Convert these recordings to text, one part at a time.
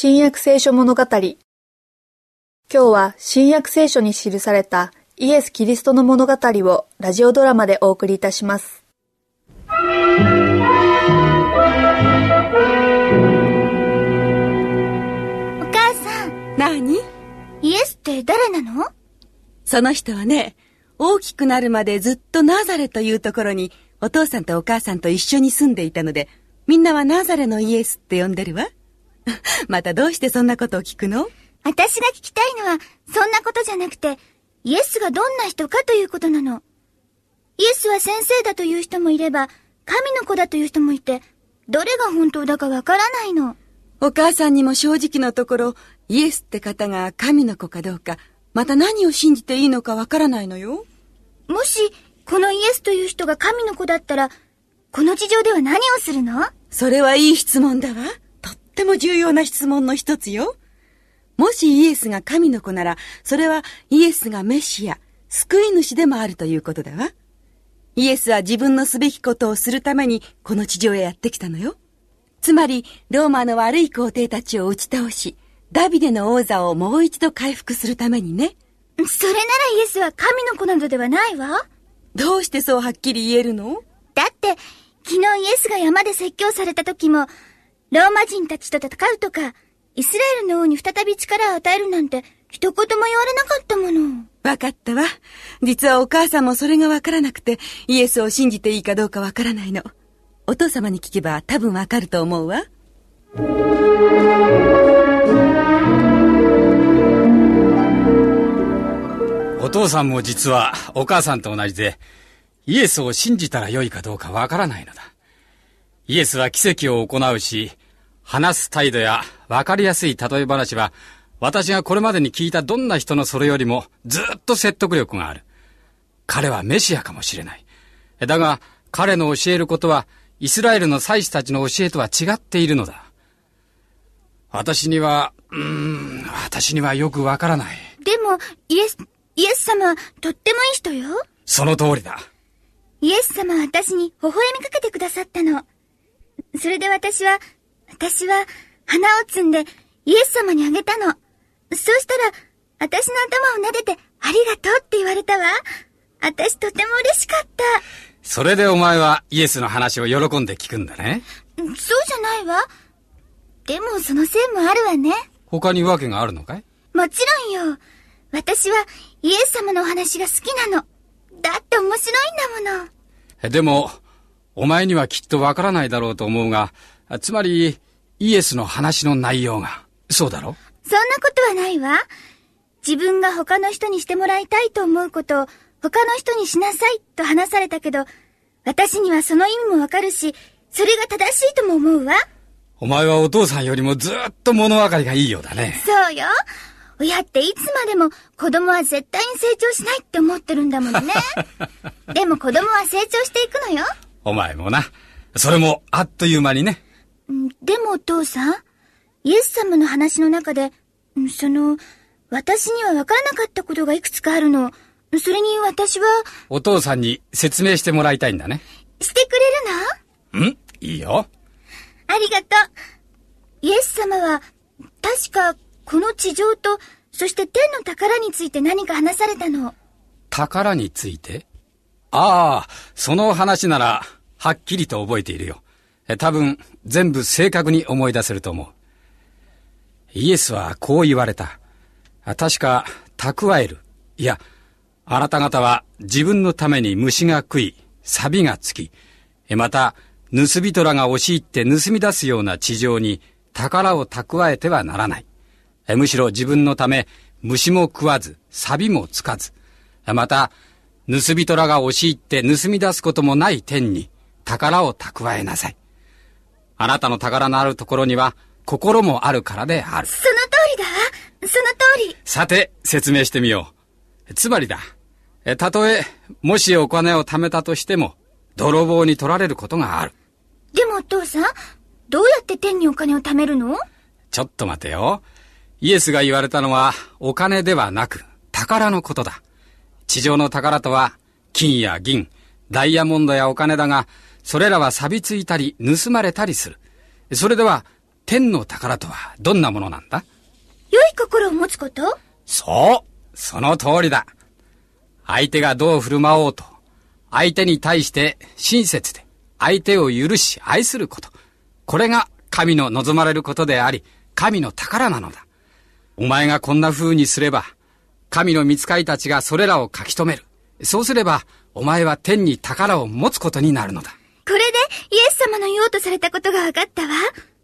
新約聖書物語。今日は新約聖書に記されたイエス・キリストの物語をラジオドラマでお送りいたします。 お母さん。 何？ イエスって誰なの？ その人はね、大きくなるまでずっとナザレというところにお父さんとお母さんと一緒に住んでいたので、みんなはナザレのイエスって呼んでるわ。またどうしてそんなことを聞くの？ 私が聞きたいのはそんなことじゃなくて、イエスがどんな人かということなの。イエスは先生だという人もいれば、神の子だという人もいて、どれが本当だかわからないの。 お母さんにも正直なところ、イエスって方が神の子かどうか、また何を信じていいのかわからないのよ。 もしこのイエスという人が神の子だったら、この地上では何をするの？ それはいい質問だわ。とっても重要な質問の一つよ。もしイエスが神の子なら、それはイエスがメシア、救い主でもあるということだわ。イエスは自分のすべきことをするためにこの地上へやってきたのよ。つまりローマの悪い皇帝たちを打ち倒し、ダビデの王座をもう一度回復するためにね。 それならイエスは神の子などではないわ。 どうしてそうはっきり言えるの？ だって昨日イエスが山で説教された時も、ローマ人たちと戦うとか、イスラエルの王に再び力を与えるなんて一言も言われなかったもの。 わかったわ。実はお母さんもそれがわからなくて、イエスを信じていいかどうかわからないの。お父様に聞けば多分わかると思うわ。 お父さんも実はお母さんと同じで、イエスを信じたらよいかどうかわからないのだ。イエスは奇跡を行うし、話す態度やわかりやすい例え話は、私がこれまでに聞いたどんな人のそれよりもずっと説得力がある。彼はメシアかもしれない。だが彼の教えることはイスラエルの祭司たちの教えとは違っているのだ。私にはよくわからない。 でもイエス様はとってもいい人よ。 その通りだ。 イエス様は私に微笑みかけてくださったの。それで私は花を摘んでイエス様にあげたの。そうしたら私の頭を撫でてありがとうって言われたわ。私とても嬉しかった。 それでお前はイエスの話を喜んで聞くんだね。 そうじゃないわ。でもそのせいもあるわね。 他に訳があるのかい？ もちろんよ。私はイエス様のお話が好きなの。だって面白いんだもの。 でもお前にはきっとわからないだろうと思うが、つまりイエスの話の内容が、そうだろ？ そんなことはないわ。自分が他の人にしてもらいたいと思うことを他の人にしなさいと話されたけど、私にはその意味もわかるし、それが正しいとも思うわ。 お前はお父さんよりもずっと物分かりがいいようだね。 そうよ。親っていつまでも子供は絶対に成長しないって思ってるんだものね。でも子供は成長していくのよ。 お前もな。それもあっという間にね。 でもお父さん、イエス様の話の中で、私には分からなかったことがいくつかあるの。それに私は。 お父さんに説明してもらいたいんだね。 してくれるの？ いいよ。 ありがとう。イエス様は、確かこの地上と、そして天の宝について何か話されたの。 宝について？ああ、その話なら、はっきりと覚えているよ。多分、全部正確に思い出せると思う。イエスはこう言われた。確か、蓄える。いや、あなた方は自分のために虫が食い、錆がつき、また、盗人らが押し入って盗み出すような地上に宝を蓄えてはならない。むしろ自分のため、虫も食わず、錆もつかず、また、盗人らが押し入って盗み出すこともない天に宝を蓄えなさい。あなたの宝のあるところには心もあるからである。 その通りだわ。その通り。 さて、説明してみよう。つまりだ。たとえ、もしお金を貯めたとしても、泥棒に取られることがある。 でもお父さん、どうやって天にお金を貯めるの？ ちょっと待てよ。イエスが言われたのは、お金ではなく、宝のことだ。地上の宝とは、金や銀、ダイヤモンドやお金だが、それらは錆びついたり盗まれたりする。それでは天の宝とはどんなものなんだ？ 良い心を持つこと？ そう、その通りだ。相手がどう振る舞おうと、相手に対して親切で相手を許し愛すること。これが神の望まれることであり、神の宝なのだ。お前がこんな風にすれば、神の御使いたちがそれらを書き留める。そうすれば、お前は天に宝を持つことになるのだ。 これでイエス様の言おうとされたことが分かったわ。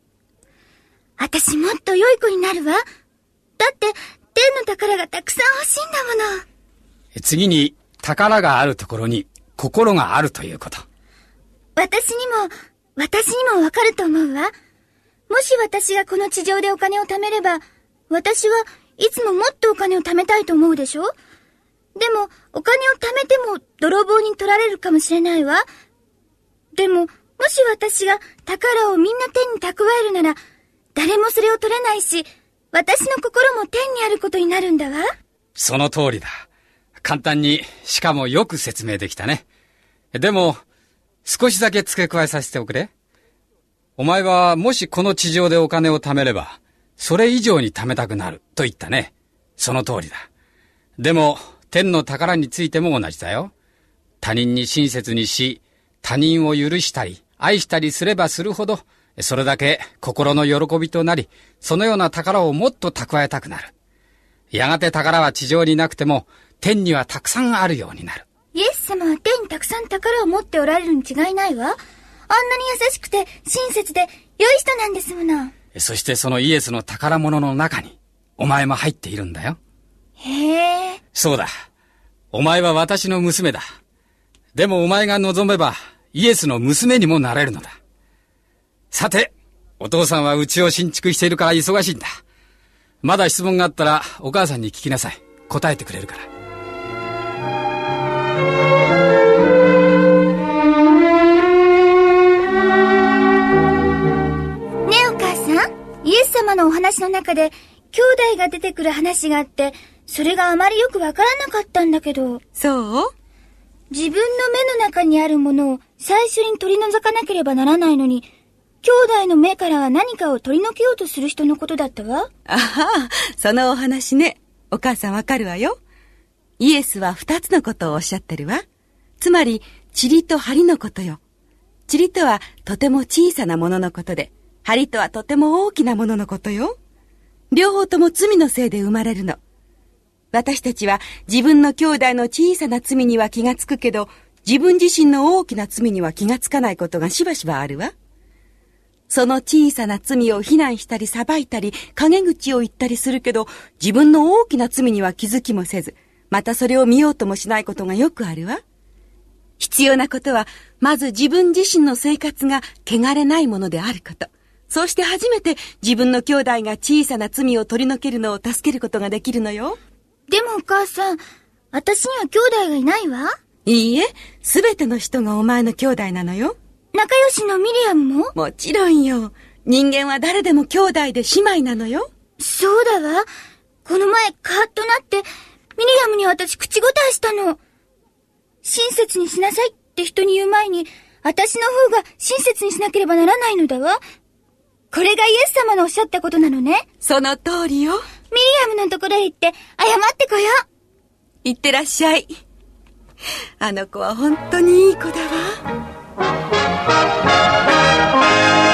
私もっと良い子になるわ。だって天の宝がたくさん欲しいんだもの。 次に、宝があるところに心があるということ。 私にも分かると思うわ。もし私がこの地上でお金を貯めれば、私はいつももっとお金を貯めたいと思うでしょ？でも、お金を貯めても泥棒に取られるかもしれないわ。でも、もし私が宝をみんな天に蓄えるなら、誰もそれを取れないし、私の心も天にあることになるんだわ。 その通りだ。簡単に、しかもよく説明できたね。でも、少しだけ付け加えさせておくれ。お前はもしこの地上でお金を貯めれば、それ以上に貯めたくなると言ったね。その通りだ。でも、天の宝についても同じだよ。他人に親切にし、他人を許したり、愛したりすればするほど、それだけ心の喜びとなり、そのような宝をもっと蓄えたくなる。やがて宝は地上になくても、天にはたくさんあるようになる。 イエス様は天にたくさん宝を持っておられるに違いないわ。あんなに優しくて親切で良い人なんですもの。 そしてそのイエスの宝物の中に、お前も入っているんだよ。 へえ。 そうだ。お前は私の娘だ。でもお前が望めば、イエスの娘にもなれるのだ。さて、お父さんは家を新築しているから忙しいんだ。まだ質問があったらお母さんに聞きなさい。答えてくれるから。 ねえお母さん、イエス様のお話の中で兄弟が出てくる話があって、それがあまりよくわからなかったんだけど。 そう？ 自分の目の中にあるものを最初に取り除かなければならないのに、兄弟の目からは何かを取り除けようとする人のことだったわ。 ああ、そのお話ね。お母さんわかるわよ。イエスは2つのことをおっしゃってるわ。つまり、塵と針のことよ。塵とはとても小さなもののことで、針とはとても大きなもののことよ。両方とも罪のせいで生まれるの。私たちは自分の兄弟の小さな罪には気がつくけど、自分自身の大きな罪には気がつかないことがしばしばあるわ。その小さな罪を非難したり裁いたり陰口を言ったりするけど、自分の大きな罪には気づきもせず、またそれを見ようともしないことがよくあるわ。必要なことは、まず自分自身の生活が汚れないものであること。そうして初めて自分の兄弟が小さな罪を取り除けるのを助けることができるのよ。 でもお母さん、私には兄弟がいないわ。 いいえ、すべての人がお前の兄弟なのよ。 仲良しのミリアムも？ もちろんよ。人間は誰でも兄弟で姉妹なのよ。 そうだわ。この前カーッとなって、ミリアムに私口答えしたの。親切にしなさいって人に言う前に、私の方が親切にしなければならないのだわ。これがイエス様のおっしゃったことなのね。 その通りよ。 ミリアムのところへ行って謝ってこよう。 行ってらっしゃい。あの子は本当にいい子だわ。